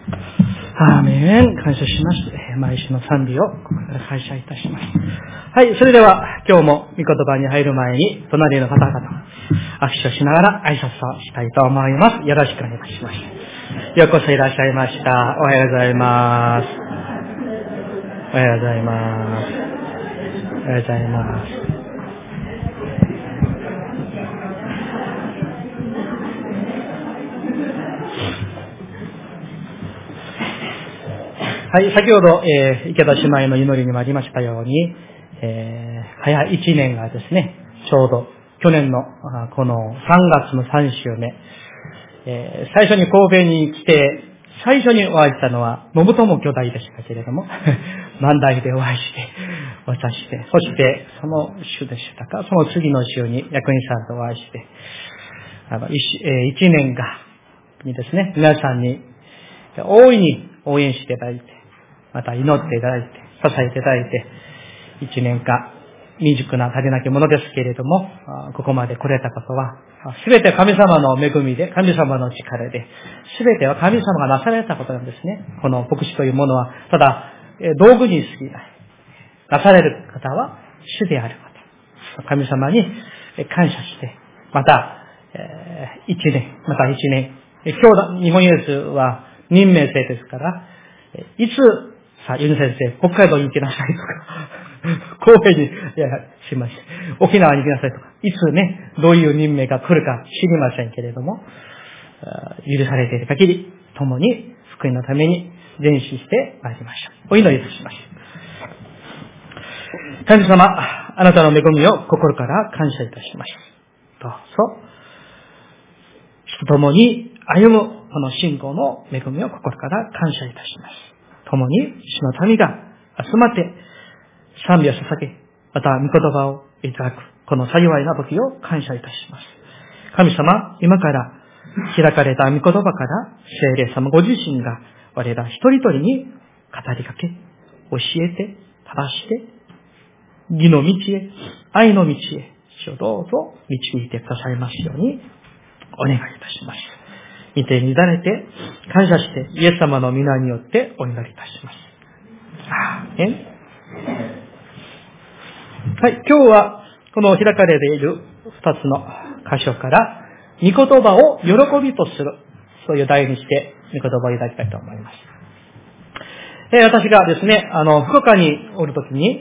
アーメン。感謝します。毎週の賛美をここから感謝いたします。はい、それでは今日も御言葉に入る前に隣の方々握手をしながら挨拶をしたいと思います。よろしくお願いします。ようこそいらっしゃいました。おはようございます。おはようございます。おはようございます。はい、先ほど、池田姉妹の祈りにもありましたように、早い1年がですね、ちょうど去年のこの3月の3週目、最初に神戸に来て、最初にお会いしたのは、信友兄弟でしたけれども、万代でお会いして、お茶して、そしてその週でしたか、その次の週に役員さんとお会いして、1年が、にですね、皆さんに大いに応援していただいて、また祈っていただいて、支えていただいて、1年間、未熟な足りなきものですけれども、ここまで来れたことは、すべて神様の恵みで、神様の力で、すべては神様がなされたことなんですね。この牧師というものは、ただ、道具に過ぎない。なされる方は主であること。神様に感謝して、また、1年。今日、日本ユースは任命制ですから、いつ、さあ、ユニ先生、北海道に行きなさいとか、神戸に、しました。沖縄に行きなさいとか、いつね、どういう任命が来るか知りませんけれども、許されている限り、共に福音のために前進してまいりましょう。お祈りいたします。神様、あなたの恵みを心から感謝いたします。どうぞ、主と共に歩むこの信仰の恵みを心から感謝いたします。共に主の民が集まって賛美を捧げ、また御言葉をいただくこの幸いな時を感謝いたします。神様、今から開かれた御言葉から聖霊様ご自身が我ら一人一人に語りかけ、教えて、正して、義の道へ、愛の道へ、主をどうぞ導いてくださいますようにお願いいたします。御手に委ねて、感謝して、イエス様の皆によってお祈りいたします。アーメン。はい、今日は、この開かれている二つの箇所から、御言葉を喜びとする、そういう題にして、御言葉をいただきたいと思います。私がですね、福岡におるときに、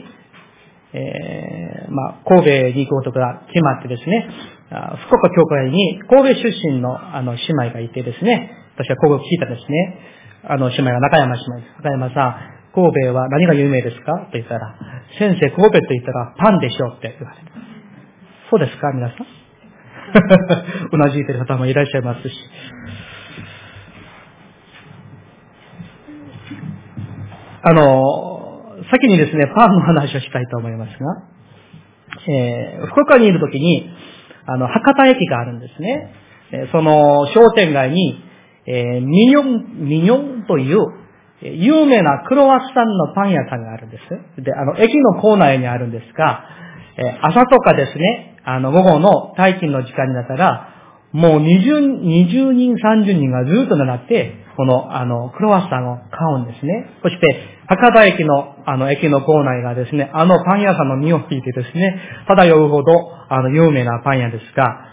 神戸に行くことが決まってですね、福岡教会に神戸出身の姉妹がいてですね、私はここを聞いたですね、姉妹は中山姉妹です。中山さん、神戸は何が有名ですかと言ったら、先生、神戸と言ったらパンでしょって言われて。そうですか皆さんうなずいている方もいらっしゃいますし。先にですね、パンの話をしたいと思いますが、福岡にいるときに、博多駅があるんですね。その商店街に、ミニョンという、有名なクロワッサンのパン屋さんがあるんです。で、駅の構内にあるんですが、朝とかですね、午後の退勤の時間になったら、もう20人、30人がずっと並って、この、クロワッサンを買うんですね。そして、博多駅の、駅の構内がですね、パン屋さんの身を引いてですね、漂うほど、有名なパン屋ですが、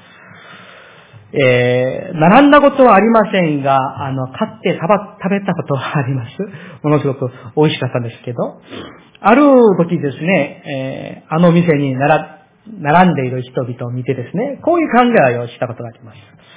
並んだことはありませんが、買って食べたことはあります。ものすごく美味しかったんですけど、ある時ですね、店に並んでいる人々を見てですね、こういう考えをしたことがあります。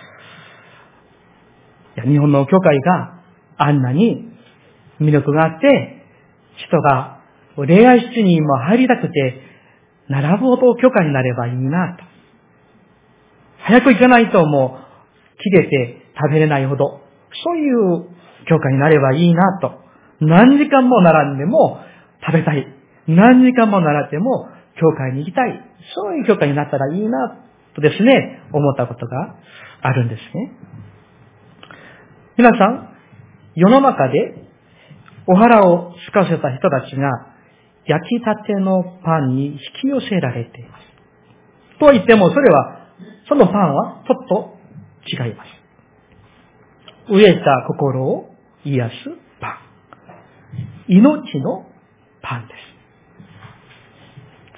いや、日本の教会があんなに魅力があって、人が礼拝室にも入りたくて、並ぶほど教会になればいいなと。早く行かないともう、切れて食べれないほど、そういう教会になればいいなと。何時間も並んでも食べたい。何時間も並んでも教会に行きたい。そういう教会になったらいいなとですね、思ったことがあるんですね。皆さん、世の中でお腹を空かせた人たちが焼きたてのパンに引き寄せられています。と言っても、そのパンはちょっと違います。飢えた心を癒すパン。命のパンです。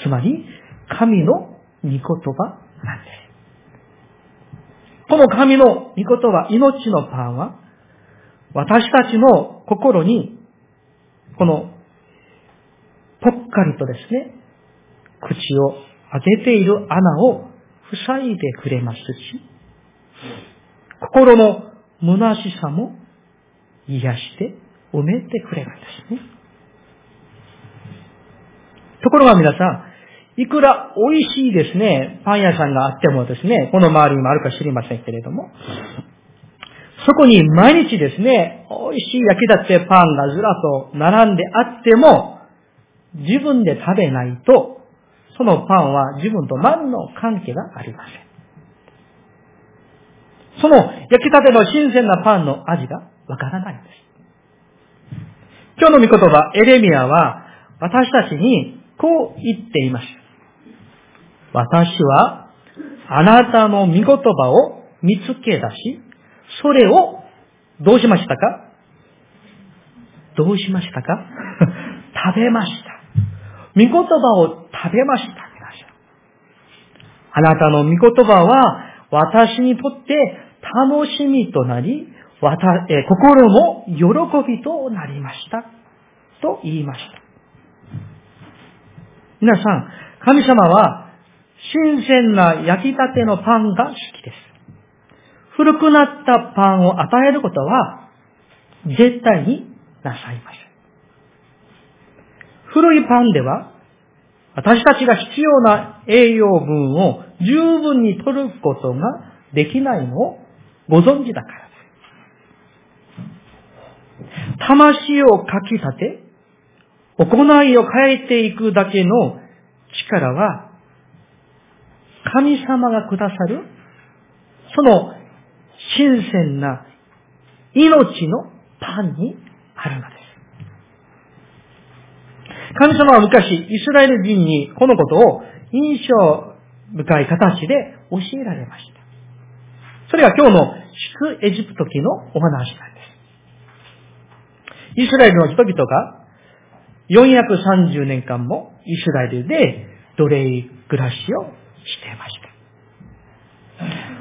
つまり、神の御言葉なんです。この神の御言葉、命のパンは、私たちの心に、この、ぽっかりとですね、口を開けている穴を塞いでくれますし、心の虚しさも癒して埋めてくれるんですね。ところが皆さん、いくら美味しいですね、パン屋さんがあってもですね、この周りにもあるか知りませんけれども、そこに毎日ですね、美味しい焼きたてパンがずらっと並んであっても、自分で食べないと、そのパンは自分と何の関係がありません。その焼きたての新鮮なパンの味がわからないんです。今日の御言葉、エレミヤは私たちにこう言っています。私はあなたの御言葉を見つけ出し、それをどうしましたか？どうしましたか？食べました。御言葉を食べました。皆さん。あなたの御言葉は私にとって楽しみとなり、心の喜びとなりました。と言いました。皆さん、神様は新鮮な焼きたてのパンが好きです。古くなったパンを与えることは絶対になさいません。古いパンでは私たちが必要な栄養分を十分に取ることができないのをご存知だからです。魂をかき立て、行いを変えていくだけの力は神様がくださるその新鮮な命のパンにあるのです。神様は昔、イスラエル人にこのことを印象深い形で教えられました。それが今日の出エジプト記のお話なんです。イスラエルの人々が430年間もイスラエルで奴隷暮らしをしていました。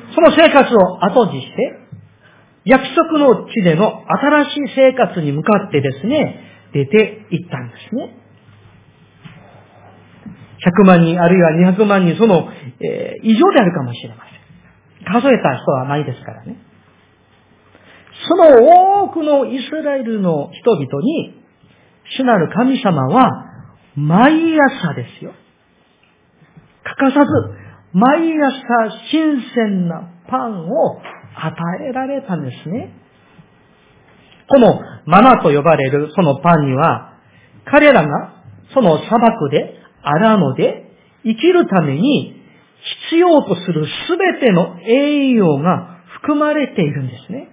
その生活を後にして、約束の地での新しい生活に向かってですね、出て行ったんですね。100万人あるいは200万人、その、以上であるかもしれません。数えた人はないですからね。その多くのイスラエルの人々に、主なる神様は、毎朝ですよ。欠かさず、毎朝新鮮なパンを与えられたんですね。このマナと呼ばれるそのパンには、彼らがその砂漠で、アラノで生きるために必要とするすべての栄養が含まれているんですね。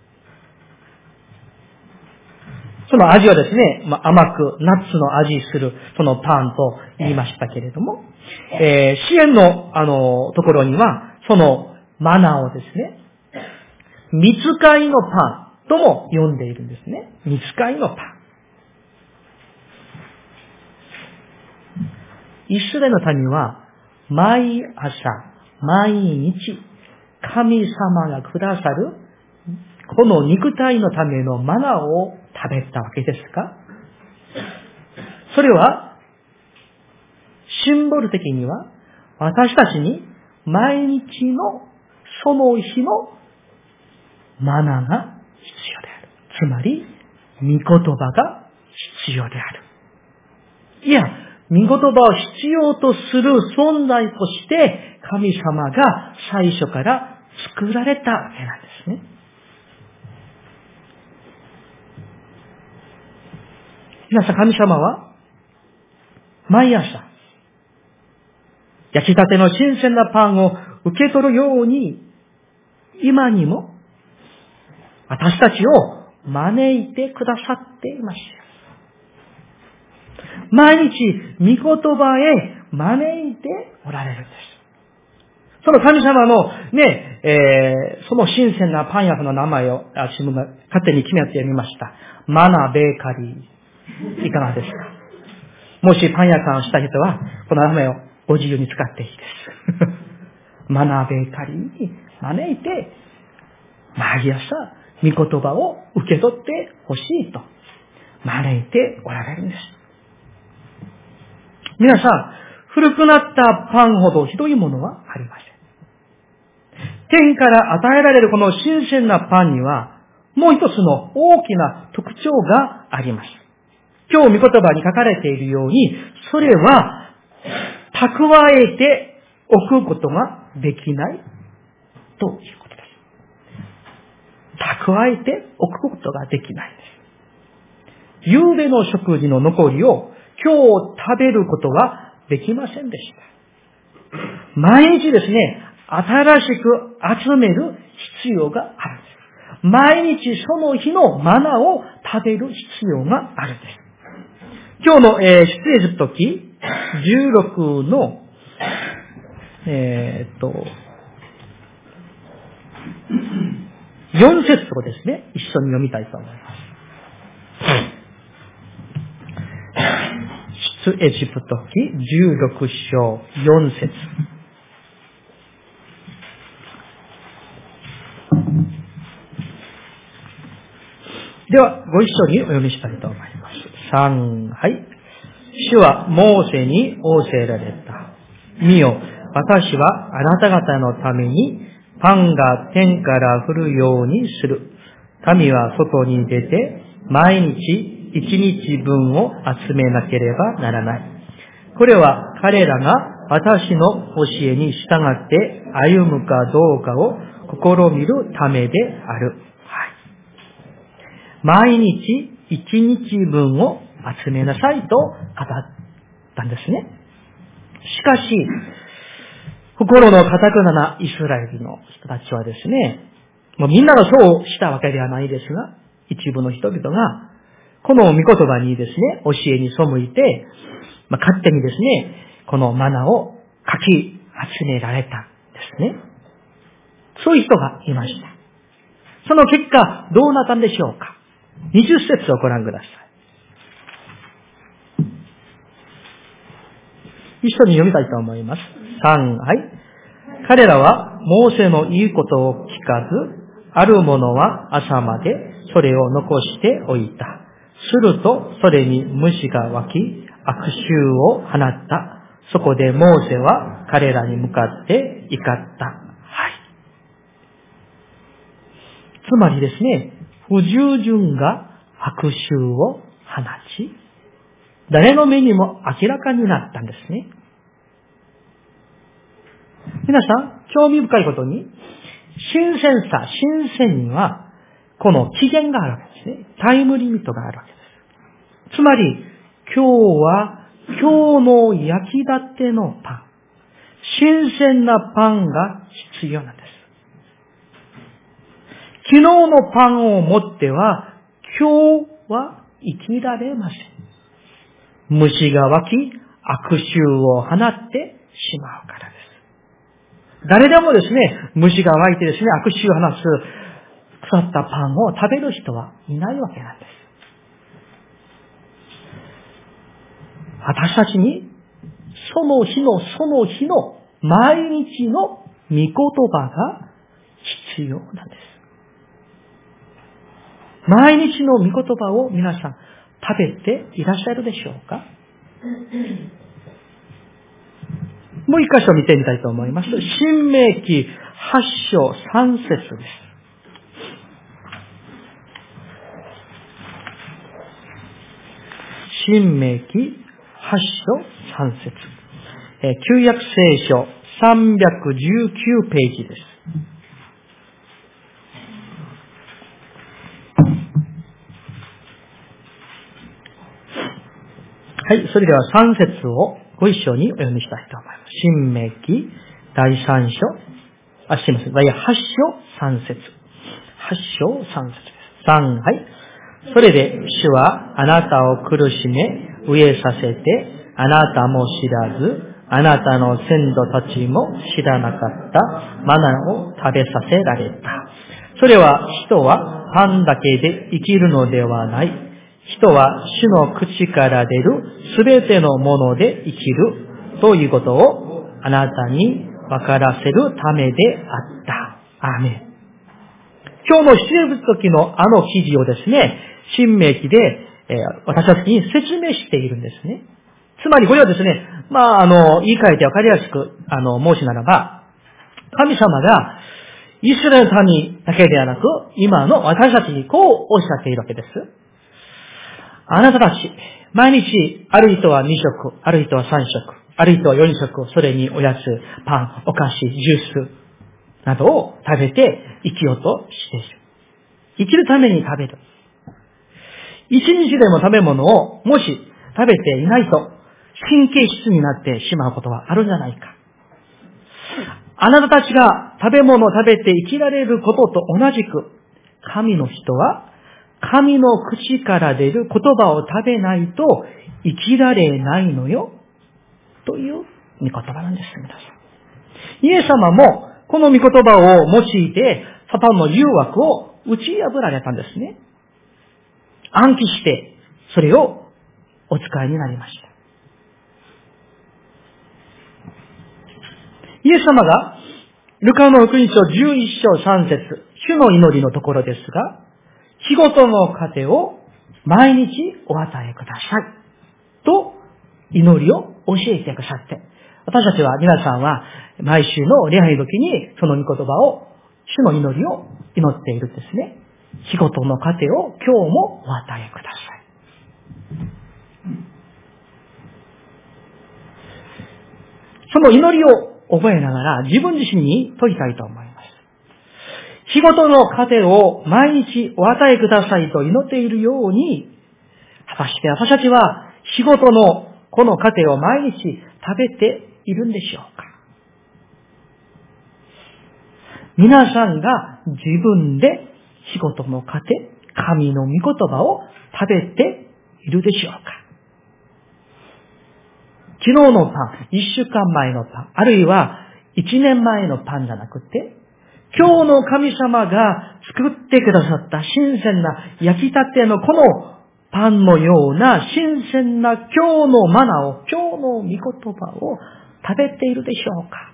その味はですね、甘くナッツの味するそのパンと言いましたけれども、支援のところにはそのマナをですね、御使いのパンとも呼んでいるんですね。御使いのパン。イスラエルの民は毎朝、毎日、神様がくださるこの肉体のためのマナを食べたわけですか？それは、シンボル的には、私たちに毎日のその日のマナが必要である。つまり、御言葉が必要である。いや、御言葉を必要とする存在として、神様が最初から作られたわけなんですね。皆さん、神様は、毎朝、焼きたての新鮮なパンを受け取るように、今にも、私たちを招いてくださっています。毎日、御言葉へ招いておられるんです。 その神様のその新鮮なパン屋さんの名前を自分が勝手に決めてみました。マナベーカリー。いかがですか？もしパン屋さんをした人は、この名前をご自由に使っていいです。マナベーカリーに招いて、毎朝、御言葉を受け取ってほしいと、招いておられるんです。皆さん、古くなったパンほどひどいものはありません。天から与えられるこの新鮮なパンには、もう一つの大きな特徴があります。今日御言葉に書かれているように、それは、蓄えておくことができないということです。蓄えておくことができないです。夕べの食事の残りを今日食べることはできませんでした。毎日ですね、新しく集める必要があるんです。毎日その日のマナを食べる必要があるんです。今日の、出エジプト記16の、4節をですね、一緒に読みたいと思います。出エジプト記16章4節。では、ご一緒にお読みしたいと思います。3、はい。主はモーセに仰せられた。見よ、私はあなた方のためにパンが天から降るようにする。民は外に出て、毎日1日分を集めなければならない。これは彼らが私の教えに従って歩むかどうかを試みるためである。毎日1日分を集めなさいと語ったんですね。しかし、心の堅くななイスラエルの人たちはですね、もうみんながそうしたわけではないですが、一部の人々が、この御言葉にですね、教えに背いて、勝手にですね、このマナをかき集められたんですね。そういう人がいました。その結果、どうなったんでしょうか。20節をご覧ください。一緒に読みたいと思います。3、はい。彼らはモーセの言うことを聞かず、ある者は朝までそれを残しておいた。するとそれに虫が湧き、悪臭を放った。そこでモーセは彼らに向かって怒った。はい。つまりですね、不従順が悪臭を放ち、誰の目にも明らかになったんですね。皆さん、興味深いことに、新鮮には、この期限があるわけですね。タイムリミットがあるわけです。つまり、今日の焼きたてのパン、新鮮なパンが必要なんです。昨日のパンを持っては、今日は生きられません。虫が湧き、悪臭を放ってしまうからです。誰でもですね、虫が湧いてですね、悪臭を放つ腐ったパンを食べる人はいないわけなんです。私たちに、その日の毎日の御言葉が必要なんです。毎日の御言葉を皆さん食べていらっしゃるでしょうか？もう一箇所見てみたいと思います。申命記8章3節です。申命記8章3節。旧約聖書319ページです。はい、それでは3節をご一緒にお読みしたいと思います。申命記第3章、すいません、8章3節。8章3節です。3、はい。それで主はあなたを苦しめ、飢えさせて、あなたも知らず、 あなたの先祖たちも知らなかったマナを食べさせられた。それは人はパンだけで生きるのではない。人は主の口から出るすべてのもので生きるということをあなたに分からせるためであった。アーメン。今日の出エジプト記のあの記事をですね、新明記で、私たちに説明しているんですね。つまりこれはですね、言い換えて分かりやすく、申しならば、神様がイスラエル民だけではなく、今の私たちにこうおっしゃっているわけです。あなたたち、毎日、ある人は2食、ある人は3食、ある人は4食、それにおやつ、パン、お菓子、ジュースなどを食べて生きようとしている。生きるために食べる。一日でも食べ物をもし食べていないと神経質になってしまうことはあるんじゃないか。あなたたちが食べ物を食べて生きられることと同じく、神の人は神の口から出る言葉を食べないと生きられないのよ。という御言葉なんです、皆さん。イエス様もこの御言葉を用いて、サタンの誘惑を打ち破られたんですね。暗記して、それをお使いになりました。イエス様が、ルカの福音書11章3節、主の祈りのところですが、日ごとの糧を毎日お与えください。と、祈りを教えてくださって、私たちは、皆さんは、毎週の礼拝の時に、その御言葉を、主の祈りを祈っているんですね。日ごとの糧を今日もお与えください。その祈りを覚えながら自分自身に問いたいと思います。日ごとの糧を毎日お与えくださいと祈っているように、果たして私たちは日ごとのこの糧を毎日食べているんでしょうか。皆さんが自分で日ごとの糧、神の御言葉を食べているでしょうか。昨日のパン、1週間前のパン、あるいは1年前のパンじゃなくて、今日の神様が作ってくださった新鮮な焼きたてのこのパンのような新鮮な今日のマナを、今日の御言葉を食べているでしょうか。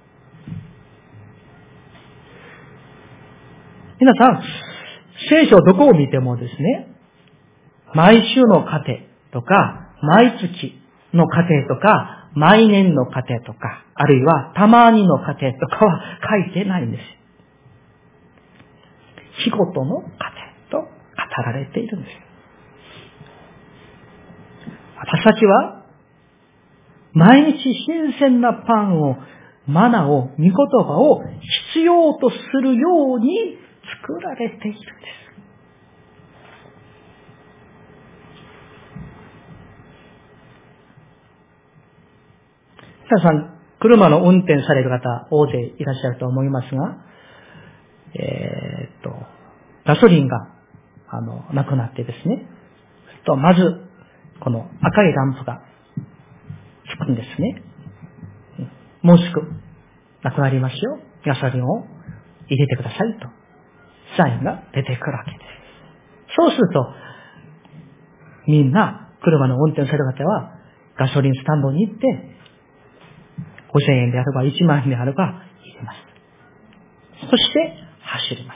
皆さん、聖書どこを見てもですね、毎週の糧とか、毎月の糧とか、毎年の糧とか、あるいはたまにの糧とかは書いてないんです。日ごとの糧と語られているんです。私たちは、毎日新鮮なパンを、マナを、御言葉を必要とするように作られているんです。皆さん、車の運転される方、大勢いらっしゃると思いますが、ガソリンが、なくなってですね、まず、この赤いランプがつくんですね。もうすぐ、なくなりますよ。ガソリンを入れてくださいと、サインが出てくるわけです。そうすると、みんな、車の運転される方は、ガソリンスタンドに行って、5000円であれば1万円であれば入れます。そして走ります。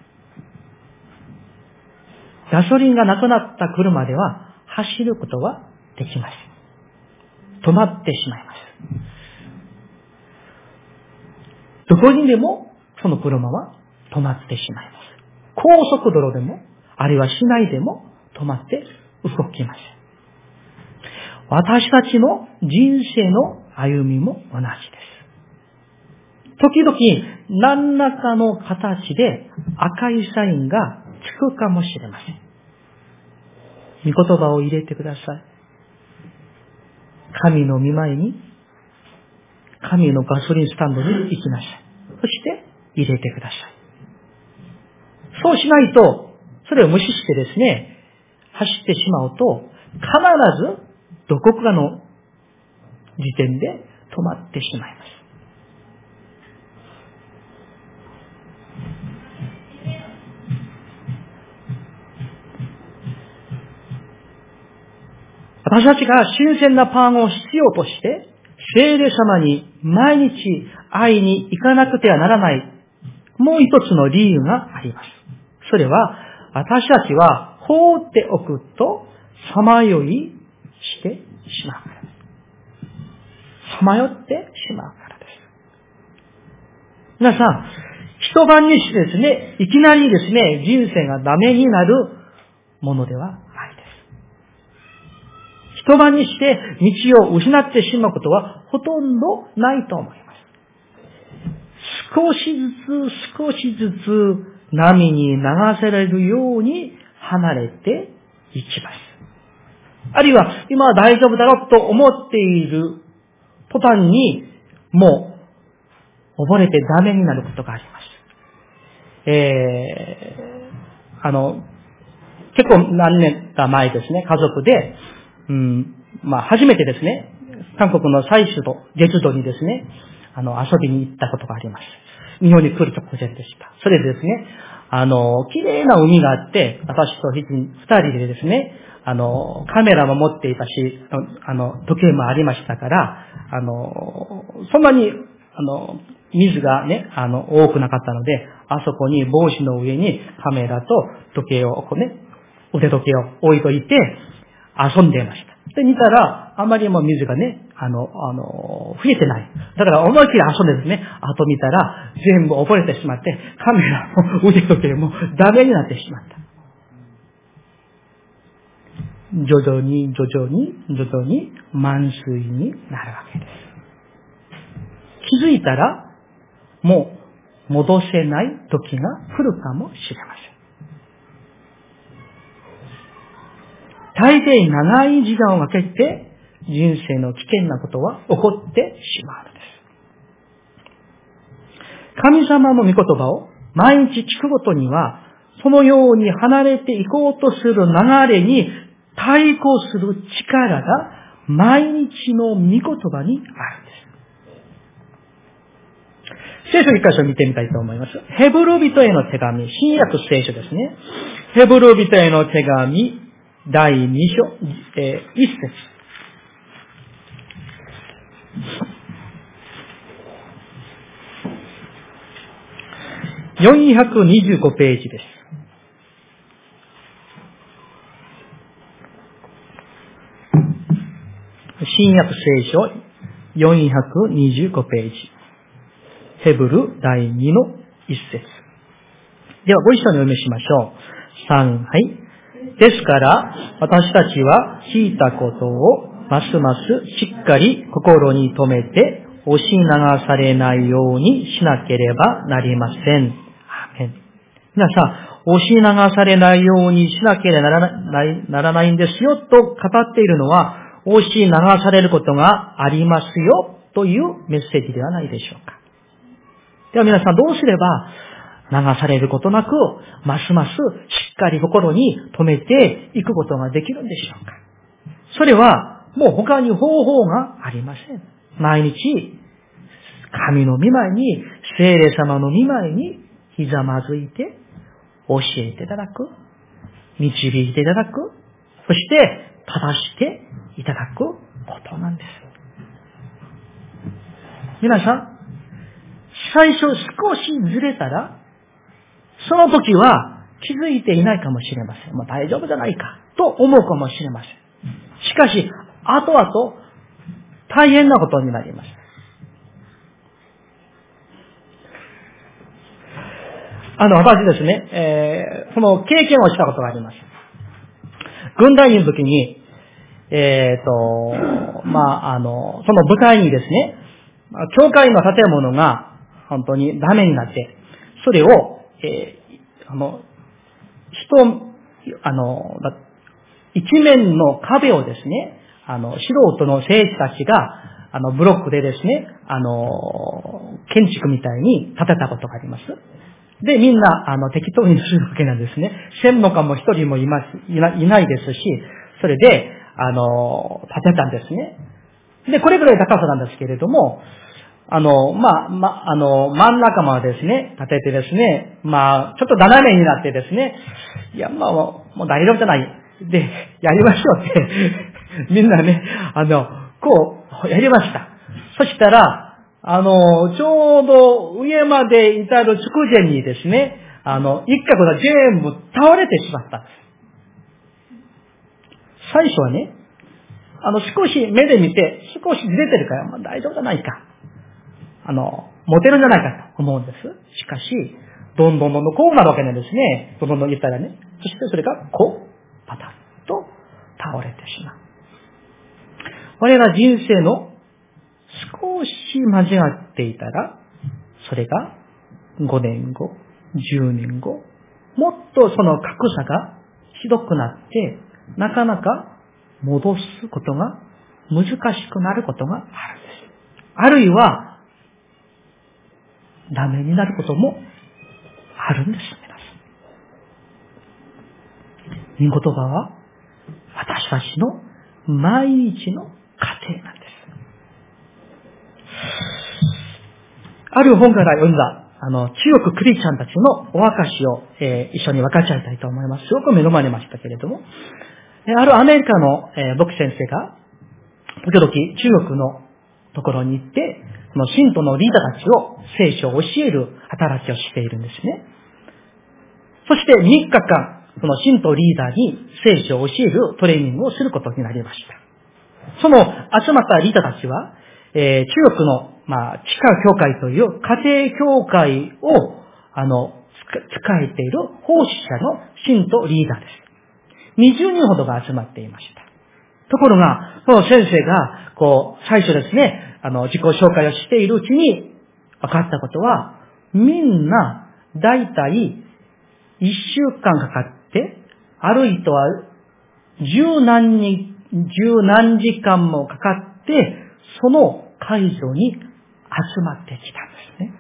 ガソリンがなくなった車では走ることはできません。止まってしまいます。どこにでもその車は止まってしまいます。高速道路でも、あるいは市内でも止まって動きません。私たちの人生の歩みも同じです。時々何らかの形で赤いサインがつくかもしれません。御言葉を入れてください。神の御前に、神のガソリンスタンドに行きなさい。そして入れてください。そうしないと、それを無視してですね、走ってしまうと、必ずどこかの時点で止まってしまいます。私たちが新鮮なパンを必要として、聖霊様に毎日会いに行かなくてはならない、もう一つの理由があります。それは、私たちは放っておくと、さまよいしてしまうからです。さまよってしまうからです。皆さん、一晩にしてですね、いきなりですね、人生がダメになるものではないです。一晩にして道を失ってしまうことはほとんどないと思います。少しずつ波に流されるように離れていきます。あるいは今は大丈夫だろうと思っている途端にもう溺れてダメになることがあります。結構何年か前ですね、家族で、初めてですね、韓国の最首都、ゲジュドにですね、遊びに行ったことがあります。日本に来る直前でした。それでですね、綺麗な海があって、私と二人でですね、カメラも持っていたし、時計もありましたから、そんなに、水がね、多くなかったので、あそこに帽子の上にカメラと時計を腕時計を置いといて遊んでいました。で、見たら、あまりも水がね、増えてない。だから思いっきり遊んでですね、あと見たら全部溺れてしまって、カメラも腕時計もダメになってしまった。徐々に満水になるわけです。気づいたら、もう戻せない時が来るかもしれません。大抵長い時間をかけて人生の危険なことは起こってしまうのです。神様の御言葉を毎日聞くごとには、そのように離れていこうとする流れに対抗する力が毎日の御言葉にあるんです。聖書一箇所見てみたいと思います。ヘブル人への手紙、新約聖書ですね。ヘブル人への手紙、第2章、1節。425ページです。新約聖書425ページ。ヘブル第2の1節。ではご一緒にお読みしましょう。3、はい。ですから、私たちは聞いたことをますますしっかり心に留めて、押し流されないようにしなければなりません。アーメン。皆さん、押し流されないようにしなければならないんですよと語っているのは、押し流されることがありますよというメッセージではないでしょうか。では皆さんどうすれば流されることなく、ますますしっかり心に留めていくことができるんでしょうか。それはもう他に方法がありません。毎日、神の御前に、聖霊様の御前にひざまずいて教えていただく、導いていただく、そして正していただくことなんです。皆さん、最初少しずれたら、その時は気づいていないかもしれません。大丈夫じゃないかと思うかもしれません。しかし、後々大変なことになります。私ですね、その経験をしたことがあります。軍隊員の時に、その部隊にですね、教会の建物が本当にダメになって、それを、一面の壁をですね、素人の兵士たちが、ブロックでですね、建築みたいに建てたことがあります。で、みんな、適当にするわけなんですね。専門家も一人もいないですし、それで、建てたんですね。 で、これぐらい高さなんですけれども、真ん中までですね、立ててですね、ちょっと斜めになってですね、いや、もう大丈夫じゃない。で、やりましょうって、みんなね、こう、やりました。そしたら、ちょうど上まで至る直前にですね、一角が全部倒れてしまったんです。最初はね、少し目で見て、少しずれてるから、大丈夫じゃないか。持てるんじゃないかと思うんです。しかし、どんどんこうなるわけなんですね。どんどん言ったらね。そしてそれが、パタッと倒れてしまう。我ら人生の少し間違っていたら、それが5年後、10年後、もっとその格差がひどくなって、なかなか戻すことが難しくなることがあるんです。あるいは、ダメになることもあるんです、皆さん。御言葉は、私たちの毎日の過程なんです。ある本から読んだ、中国クリスチャンたちのお証を、一緒に分かち合いたいと思います。すごく目の前にましたけれども、あるアメリカの、牧先生が、時々中国のところに行って、その信徒のリーダーたちを聖書を教える働きをしているんですね。そして3日間、その信徒リーダーに聖書を教えるトレーニングをすることになりました。その集まったリーダーたちは、中国の、地下教会という家庭教会を、使えている奉仕者の信徒リーダーです。20人ほどが集まっていました。ところが、その先生が、最初ですね、自己紹介をしているうちに分かったことは、みんな、だいたい1週間かかって、あるいは十何時間もかかって、その会場に集まってきたんですね。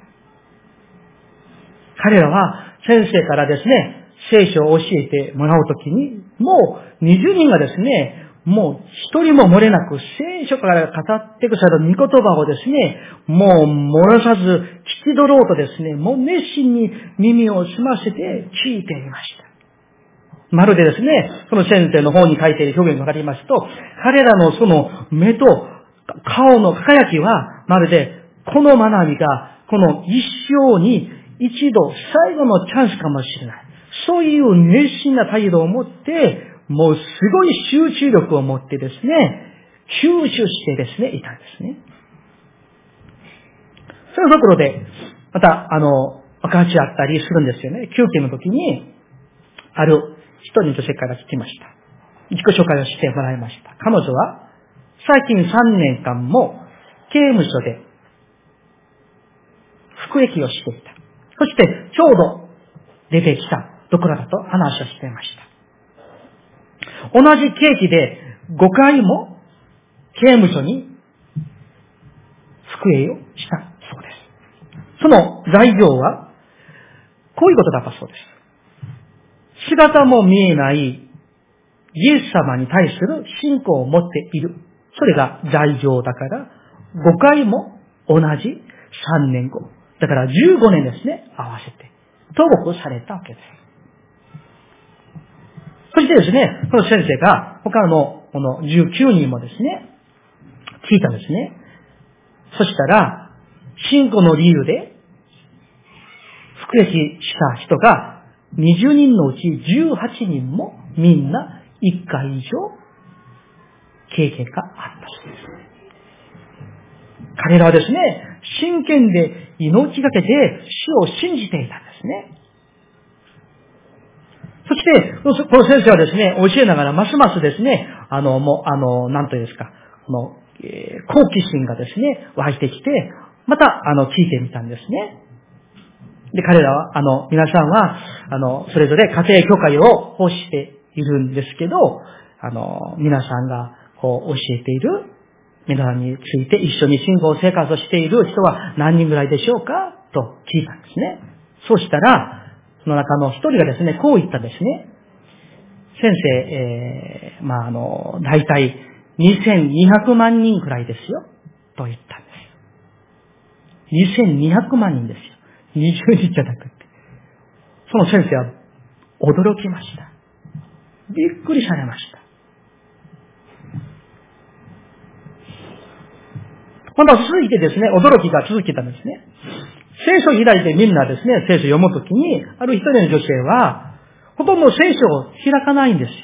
彼らは先生からですね、聖書を教えてもらうときに、もう20人がですね、もう一人も漏れなく聖書から語ってくださる御言葉をですね、もう漏らさず聞き取ろうとですね、もう熱心に耳を澄ませて聞いていました。まるでですね、その先生の方に書いている表現がわかりますと、彼らのその目と顔の輝きは、まるでこの学びが、この一生に一度最後のチャンスかもしれない。そういう熱心な態度を持って、もうすごい集中力を持ってですね、吸収してですね、いたんですね。そういうところで、また、分かち合ったりするんですよね。休憩の時に、ある一人の女性から聞きました。自己紹介をしてもらいました。彼女は、最近3年間も刑務所で服役をしていた。そして、ちょうど出てきたところだと話をしていました。同じ刑期で5回も刑務所に服役をしたそうです。その罪状は、こういうことだったそうです。姿も見えないイエス様に対する信仰を持っている。それが罪状だから、5回も同じ3年後。だから15年ですね、合わせて。投獄されたわけです。そしてですね、その先生が他のこの19人もですね、聞いたんですね。そしたら、信仰の理由で服役した人が20人のうち18人もみんな1回以上経験があったそうです。彼らはですね、真剣で命がけで主を信じていたんですね。そして、この先生はですね、教えながらますますですね、なんというんですか、好奇心がですね、湧いてきて、また、聞いてみたんですね。で、彼らは、皆さんは、それぞれ家庭教会を奉仕しているんですけど、皆さんが、教えている皆さんについて一緒に信仰生活をしている人は何人ぐらいでしょうかと聞いたんですね。そうしたら、その中の一人がですね、こう言ったんですね。先生、大体 2200万人くらいですよ、と言ったんですよ。2200万人ですよ。20人じゃなくて。その先生は驚きました。びっくりされました。また続いてですね、驚きが続いたんですね。聖書を開いてみんなですね、聖書を読むときに、ある一人の女性は、ほとんど聖書を開かないんですよ。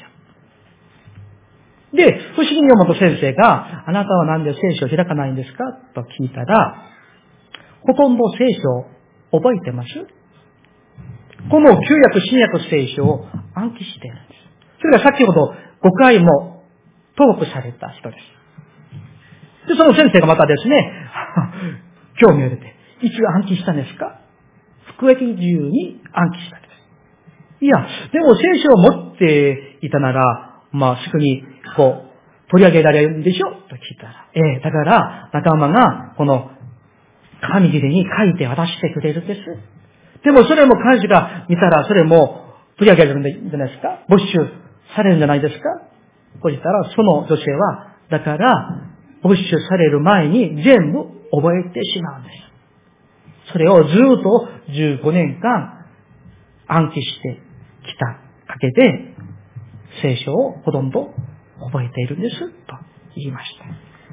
で、不思議に思った先生が、あなたはなんで聖書を開かないんですかと聞いたら、ほとんど聖書を覚えてます？この旧約、新約聖書を暗記しているんです。それが先ほど5回も登録された人です。で、その先生がまたですね、興味を入れて、いつ暗記したんですか？服役中に暗記したんです。いや、でも聖書を持っていたなら、すぐに取り上げられるんでしょと聞いたら、だから仲間がこの紙切れに書いて渡してくれるんです。でもそれも彼氏が見たらそれも取り上げられるんじゃないですか？没収されるんじゃないですか？と言ったら、その女性は、だから没収される前に全部覚えてしまうんです。それをずっと15年間暗記してきたかけで、聖書をほとんど覚えているんです、と言いました。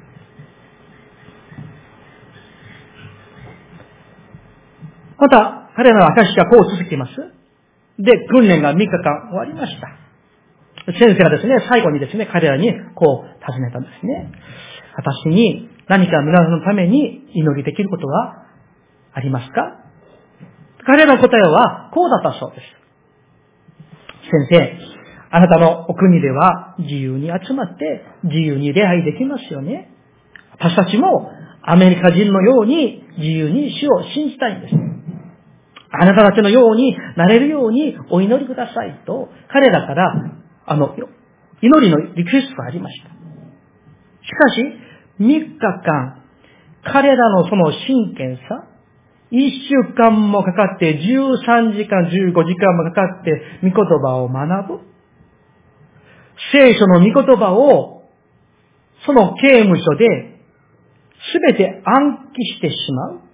また、彼らの証がこう続きます。で、訓練が3日間終わりました。先生がですね、最後にですね、彼らにこう尋ねたんですね。私に何か皆さんのために祈りできることはありますか？彼らの答えはこうだったそうです。先生、あなたのお国では自由に集まって自由に礼拝できますよね。私たちもアメリカ人のように自由に主を信じたいんです。あなたたちのようになれるようにお祈りくださいと彼らから祈りのリクエストがありました。しかし3日間彼らのその真剣さ、1週間もかかって13時間15時間もかかって御言葉を学ぶ。聖書の御言葉をその刑務所で全て暗記してしまう。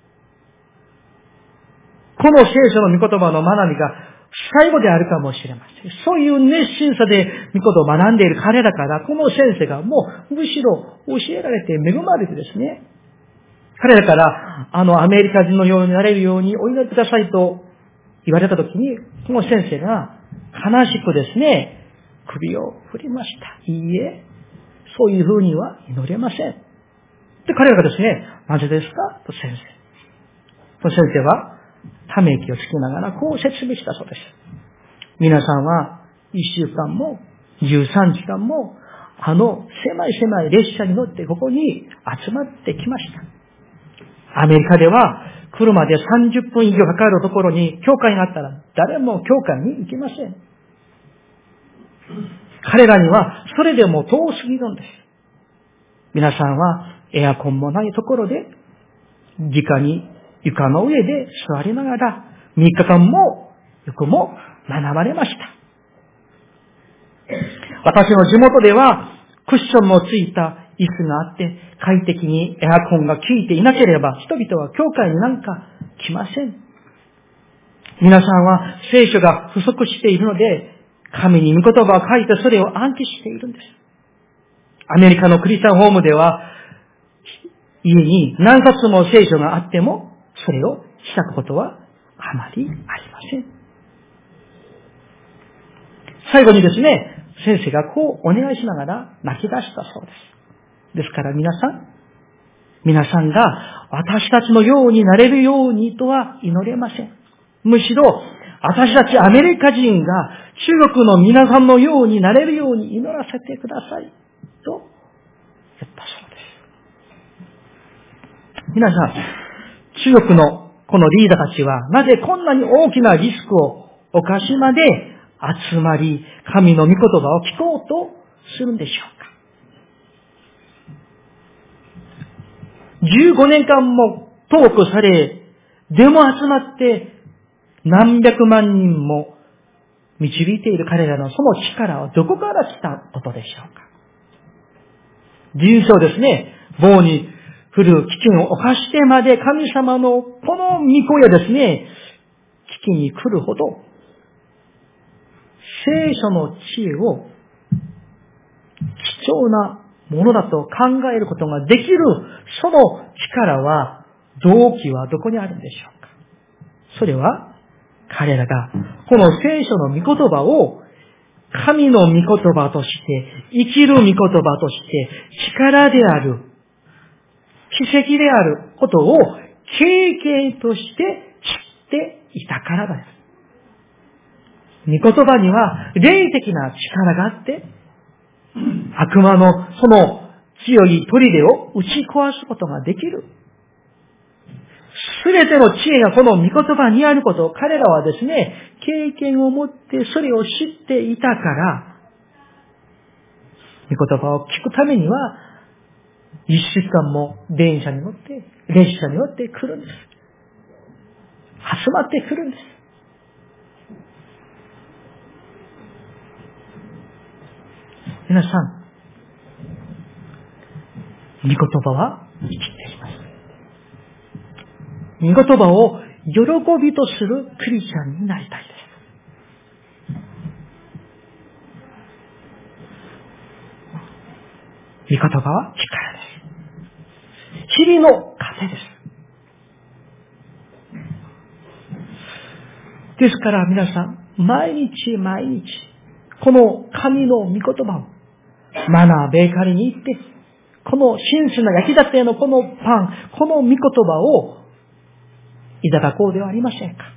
この聖書の御言葉の学びが最後であるかもしれません。そういう熱心さで御言葉を学んでいる彼らから、この先生がもうむしろ教えられて恵まれてですね、彼らからアメリカ人のようになれるようにお祈りくださいと言われたときに、この先生が悲しくですね、首を振りました。いいえ、そういうふうには祈れません。で、彼らがですね、なぜですかと先生はため息をつきながらこう説明したそうです。皆さんは1週間も13時間も狭い列車に乗ってここに集まってきました。アメリカでは車で30分以上かかるところに教会があったら誰も教会に行きません。彼らにはそれでも遠すぎるんです。皆さんはエアコンもないところで直に床の上で座りながら3日間もよくも学ばれました。私の地元ではクッションもついた椅子があって快適にエアコンが効いていなければ人々は教会になんか来ません。皆さんは聖書が不足しているので紙に御言葉を書いてそれを暗記しているんです。アメリカのクリスチャンホームでは家に何冊も聖書があってもそれを開くことはあまりありません。最後にですね、先生がこうお願いしながら泣き出したそうです。ですから皆さんが私たちのようになれるようにとは祈れません。むしろ私たちアメリカ人が中国の皆さんのようになれるように祈らせてくださいと言ったそうです。皆さん、中国のこのリーダーたちはなぜこんなに大きなリスクを冒しまで集まり神の御言葉を聞こうとするんでしょうか。15年間もトークされ、でも集まって何百万人も導いている彼らのその力はどこから来たことでしょうか。 人生をですね、棒に振る危険を冒してまで神様のこの御子やですね、聞きに来るほど、聖書の知恵を貴重なものだと考えることができる、その力は、動機はどこにあるんでしょうか。それは、彼らが、この聖書の御言葉を、神の御言葉として、生きる御言葉として、力である、奇跡であることを経験として知っていたからです。御言葉には霊的な力があって、悪魔のその強い砦を打ち壊すことができる。すべての知恵がこの御言葉にあることを彼らはですね、経験を持ってそれを知っていたから、御言葉を聞くためには、一週間も電車に乗って、列車に乗って来るんです。集まってくるんです。皆さん、御言葉は生きています。御言葉を喜びとするクリスチャンになりたいです。御言葉は力です。日々の糧です。ですから皆さん、毎日毎日、この神の御言葉を、マナーベーカリーに行って、この新鮮な焼きたてのこのパン、この御言葉をいただこうではありませんか。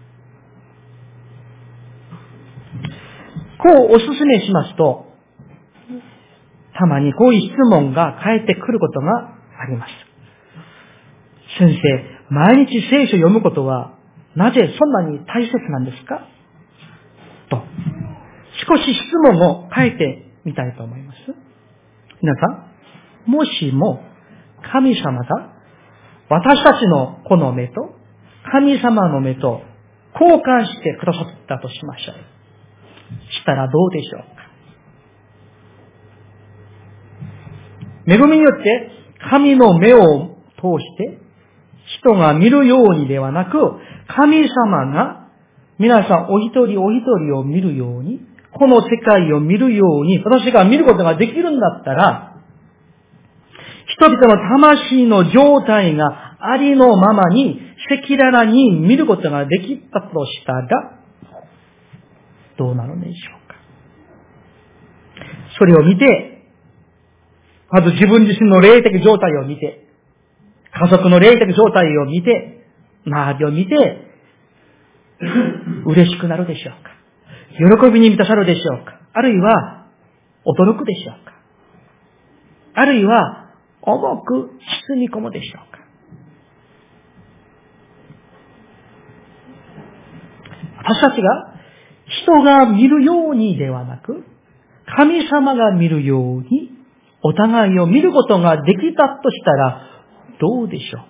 こうお勧めしますと、たまにこういう質問が返ってくることがあります。先生、毎日聖書を読むことはなぜそんなに大切なんですかと、少し質問を変えてみたいと思います。皆さん、もしも神様が私たちのこの目と神様の目と交換してくださったとしましょう。したらどうでしょうか。恵みによって神の目を通して人が見るようにではなく、神様が皆さんお一人お一人を見るように、この世界を見るように私が見ることができるんだったら、人々の魂の状態がありのままに赤裸々に見ることができたとしたら、どうなるんでしょうか。それを見て、まず自分自身の霊的状態を見て、家族の霊的状態を見て、周りを見て、嬉しくなるでしょうか。喜びに満たされるでしょうか。あるいは、驚くでしょうか。あるいは、重く包み込むでしょうか。私たちが人が見るようにではなく、神様が見るように、お互いを見ることができたとしたら、どうでしょう。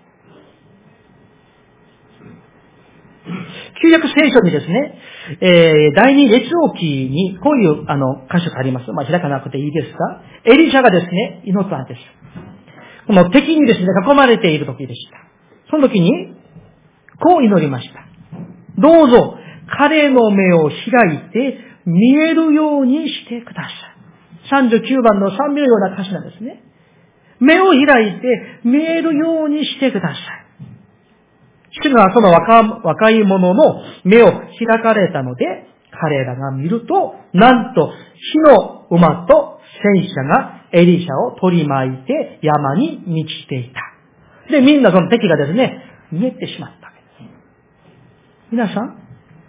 旧約聖書にですね、第二列王記にこういう箇所があります。開かなくていいですか。エリシャがですね、祈ったんです。この敵にですね、囲まれている時でした。その時に、こう祈りました。どうぞ、彼の目を開いて、見えるようにしてください。39番の賛美のような歌詞なんですね。目を開いて、見えるようにしてください。主がその若い者の目を開かれたので、彼らが見ると、なんと火の馬と戦車がエリシャを取り巻いて山に満ちていた。で、みんなその敵がですね、見えてしまったわけです。皆さん、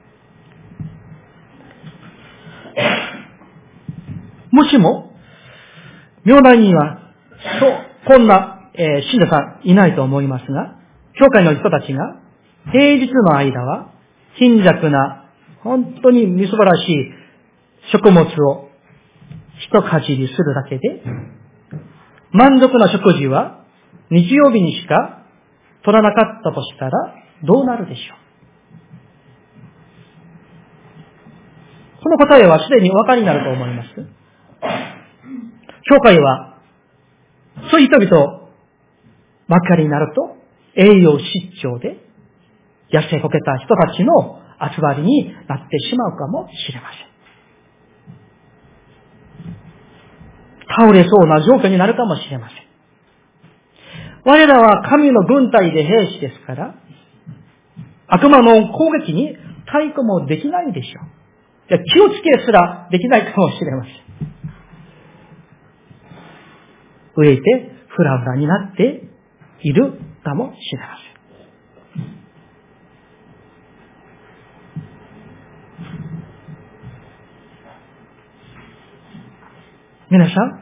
もしも、明大には、こんな、信者さんいないと思いますが、教会の人たちが平日の間は貧弱な本当にみすぼらしい食物を一かじりするだけで、満足な食事は日曜日にしか取らなかったとしたらどうなるでしょう。この答えはすでにお分かりになると思います。教会はそういう人々ばっかりになると、栄養失調で痩せこけた人たちの集まりになってしまうかもしれません。倒れそうな状況になるかもしれません。我らは神の軍隊で兵士ですから、悪魔の攻撃に対抗もできないでしょう。気をつけすらできないかもしれません。飢えてフラフラになっているかもしれません。皆さん、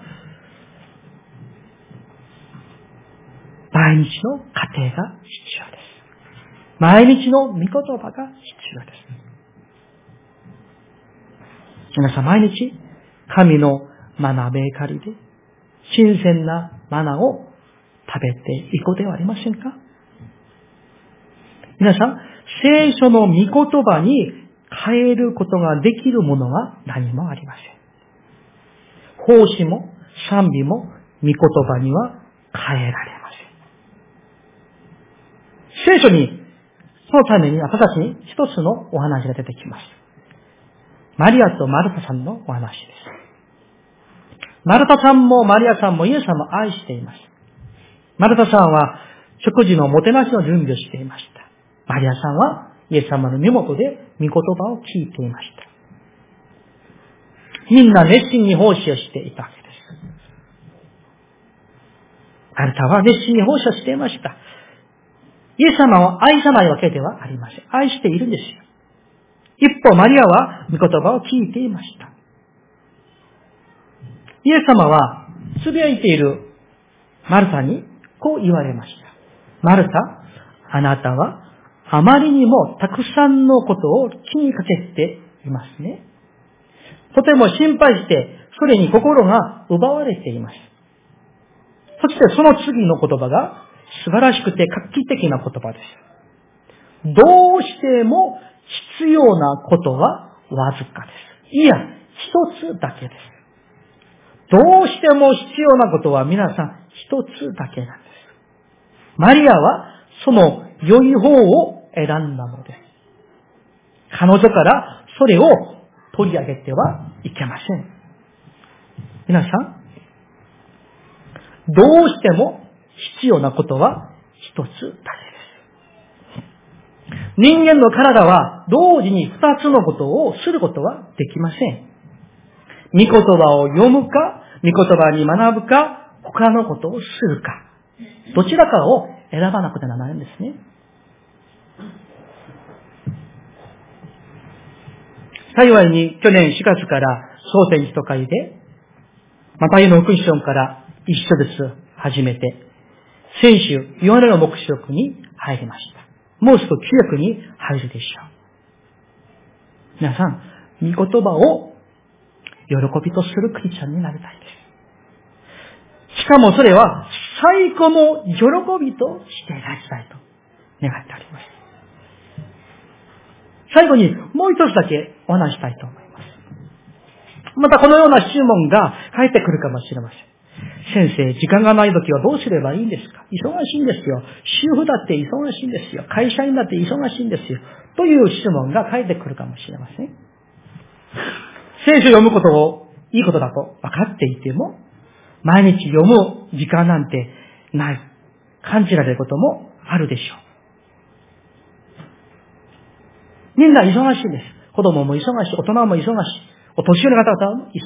毎日の家庭が必要です。毎日の御言葉が必要です。皆さん、毎日神のマナーベーカリーで新鮮なマナーを食べていこうではありませんか？皆さん、聖書の御言葉に変えることができるものは何もありません。奉仕も賛美も御言葉には変えられません。聖書にそのために私たちに一つのお話が出てきます。マリアとマルタさんのお話です。マルタさんもマリアさんもイエス様を愛しています。マルタさんは食事のもてなしの準備をしていました。マリアさんはイエス様の身元で御言葉を聞いていました。みんな熱心に奉仕をしていたわけです。マルタは熱心に奉仕をしていました。イエス様を愛さないわけではありません。愛しているんですよ。一方、マリアは御言葉を聞いていました。イエス様は、つぶやいているマルタにこう言われました。マルタ、あなたはあまりにもたくさんのことを気にかけていますね。とても心配して、それに心が奪われています。そしてその次の言葉が素晴らしくて画期的な言葉です。どうしても必要なことはわずかです。いや、一つだけです。どうしても必要なことは皆さん一つだけなんです。マリアはその良い方を選んだのです。彼女からそれを取り上げてはいけません。皆さん、どうしても必要なことは一つだけです。人間の体は同時に二つのことをすることはできません。御言葉を読むか、御言葉に学ぶか、他のことをするか。どちらかを選ばなくてはならないんですね。幸いに去年4月から総天使と会で、マタイの福音書から一緒ずつ始めて、先週、ヨハネの黙示録に入りました。もうすぐ旧約に入るでしょう。皆さん、御言葉を喜びとするクリスチャンになりたいです。しかもそれは最高の喜びとしていただきたいと願っております。最後にもう一つだけお話したいと思います。またこのような質問が返ってくるかもしれません。先生、時間がないときはどうすればいいんですか？忙しいんですよ。主婦だって忙しいんですよ。会社員だって忙しいんですよ。という質問が返ってくるかもしれません。聖書を読むことをいいことだと分かっていても、毎日読む時間なんてない。感じられることもあるでしょう。みんな忙しいです。子供も忙しい。大人も忙しい。お年寄りの方々も忙しいです。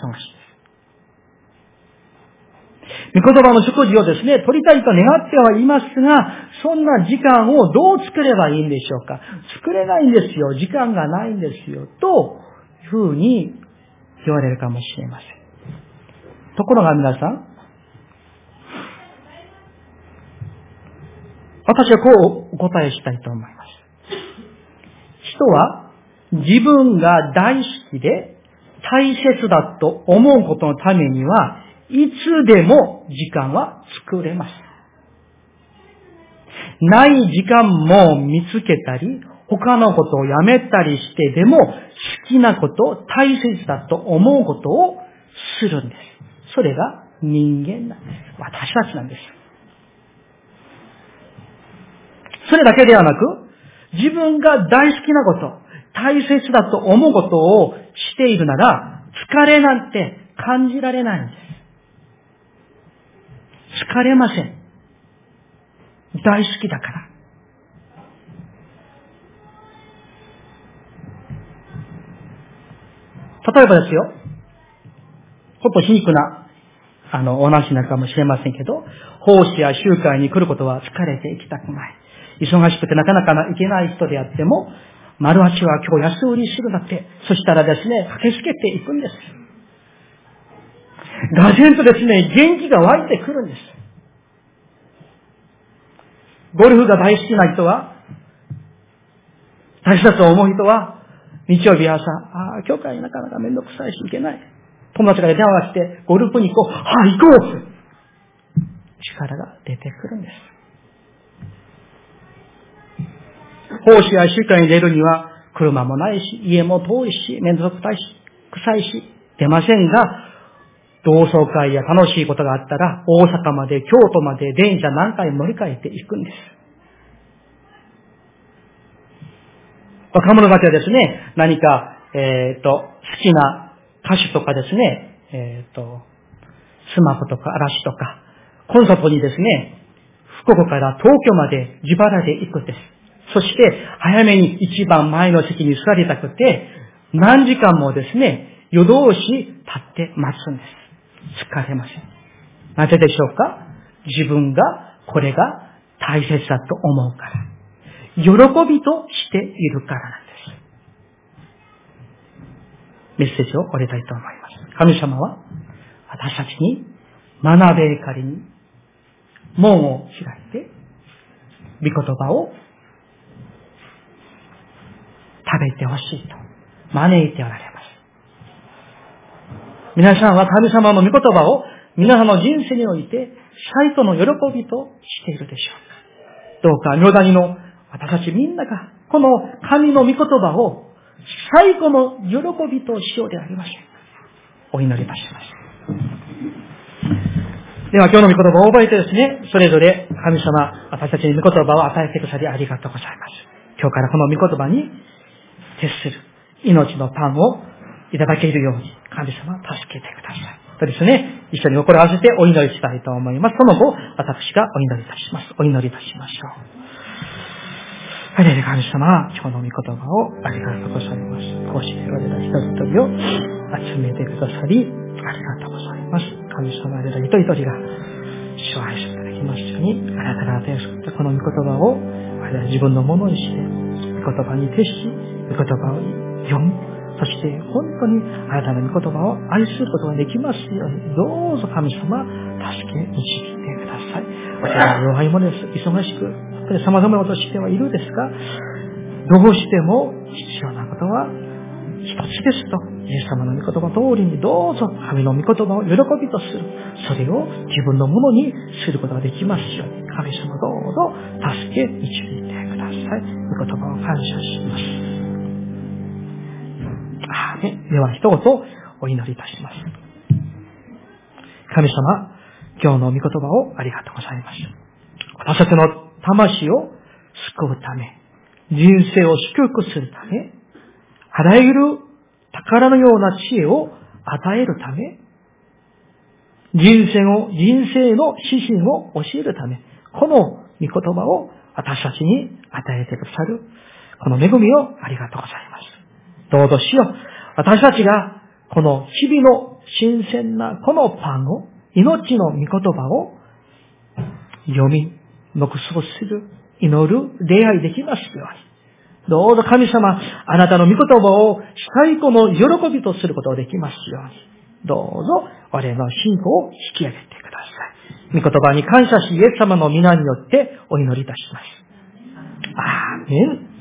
御言葉の食事をですね、取りたいと願ってはいますが、そんな時間をどう作ればいいんでしょうか。作れないんですよ。時間がないんですよ。というふうに言われるかもしれません。ところが皆さん、私はこうお答えしたいと思います。人は自分が大好きで大切だと思うことのためにはいつでも時間は作れます。ない時間も見つけたり、他のことをやめたりしてでも好きなこと、大切だと思うことをするんです。それが人間なんです。私たちなんです。それだけではなく、自分が大好きなこと、大切だと思うことをしているなら、疲れなんて感じられないんです。疲れません。大好きだから。例えばですよ、ちょっと皮肉な、お話になるかもしれませんけど、奉仕や集会に来ることは疲れて行きたくない。忙しくてなかなか行けない人であっても、丸八は今日安売りするんだって、そしたらですね、駆けつけていくんです。がぜんとですね、元気が湧いてくるんです。ゴルフが大好きな人は、大切だと思う人は、日曜日朝、教会なかなかめんどくさいし行けない。友達から電話して、ゴルフに行こう。行こう。力が出てくるんです。奉仕や集会に出るには、車もないし、家も遠いし、めんどくさいし、臭いし、出ませんが、同窓会や楽しいことがあったら、大阪まで、京都まで電車何回も乗り換えていくんです。若者たちはですね、何か、好きな歌手とかですね、スマホとか嵐とか、コンサートにですね、福岡から東京まで自腹で行くんです。そして、早めに一番前の席に座りたくて、何時間もですね、夜通し立って待つんです。疲れません。なぜでしょうか？自分がこれが大切だと思うから。喜びとしているからなんです。メッセージを終わりたいと思います。神様は私たちに学べかりに門を開いて、御言葉を食べてほしいと招いておられます。皆さんは神様の御言葉を皆さんの人生において最高の喜びとしているでしょうか。どうか、御谷の私たちみんながこの神の御言葉を最高の喜びとしようでありましょう。お祈りいたします。では今日の御言葉を覚えてですね、それぞれ神様、私たちに御言葉を与えてくださりありがとうございます。今日からこの御言葉に徹する命のパンをいただけるように神様助けてください。とですね、一緒に心を合わせてお祈りしたいと思います。その後、私がお祈りいたします。お祈りいたしましょう。神様、今日の御言葉をありがとうございます。こうして我ら一人一人を集めてくださり、ありがとうございます。神様、我ら一人一人が主を愛していただきますように、あなたが与え作ったこの御言葉を我ら自分のものにして、御言葉に徹し、御言葉を読む。そして本当にあなたの御言葉を愛することができますように、どうぞ神様、助け、導いてください。私は弱いものです。忙しく、本当に様々なことをしてはいるですが、どうしても必要なことは一つですと、イエス様の御言葉通りにどうぞ神の御言葉を喜びとする。それを自分のものにすることができますように、神様どうぞ助け、導いてください。御言葉を感謝します。では一言お祈りいたします。神様、今日の御言葉をありがとうございます。私たちの魂を救うため、人生を祝福するため、あらゆる宝のような知恵を与えるため、人生の指針を教えるため、この御言葉を私たちに与えてくださる、この恵みをありがとうございます。どうぞしよう。私たちがこの日々の新鮮なこのパンを、命の御言葉を読み、黙想する、祈る、礼拝できますように。どうぞ神様、あなたの御言葉を最高の喜びとすることができますように。どうぞ我々の信仰を引き上げてください。御言葉に感謝し、イエス様の皆によってお祈りいたします。アーメン。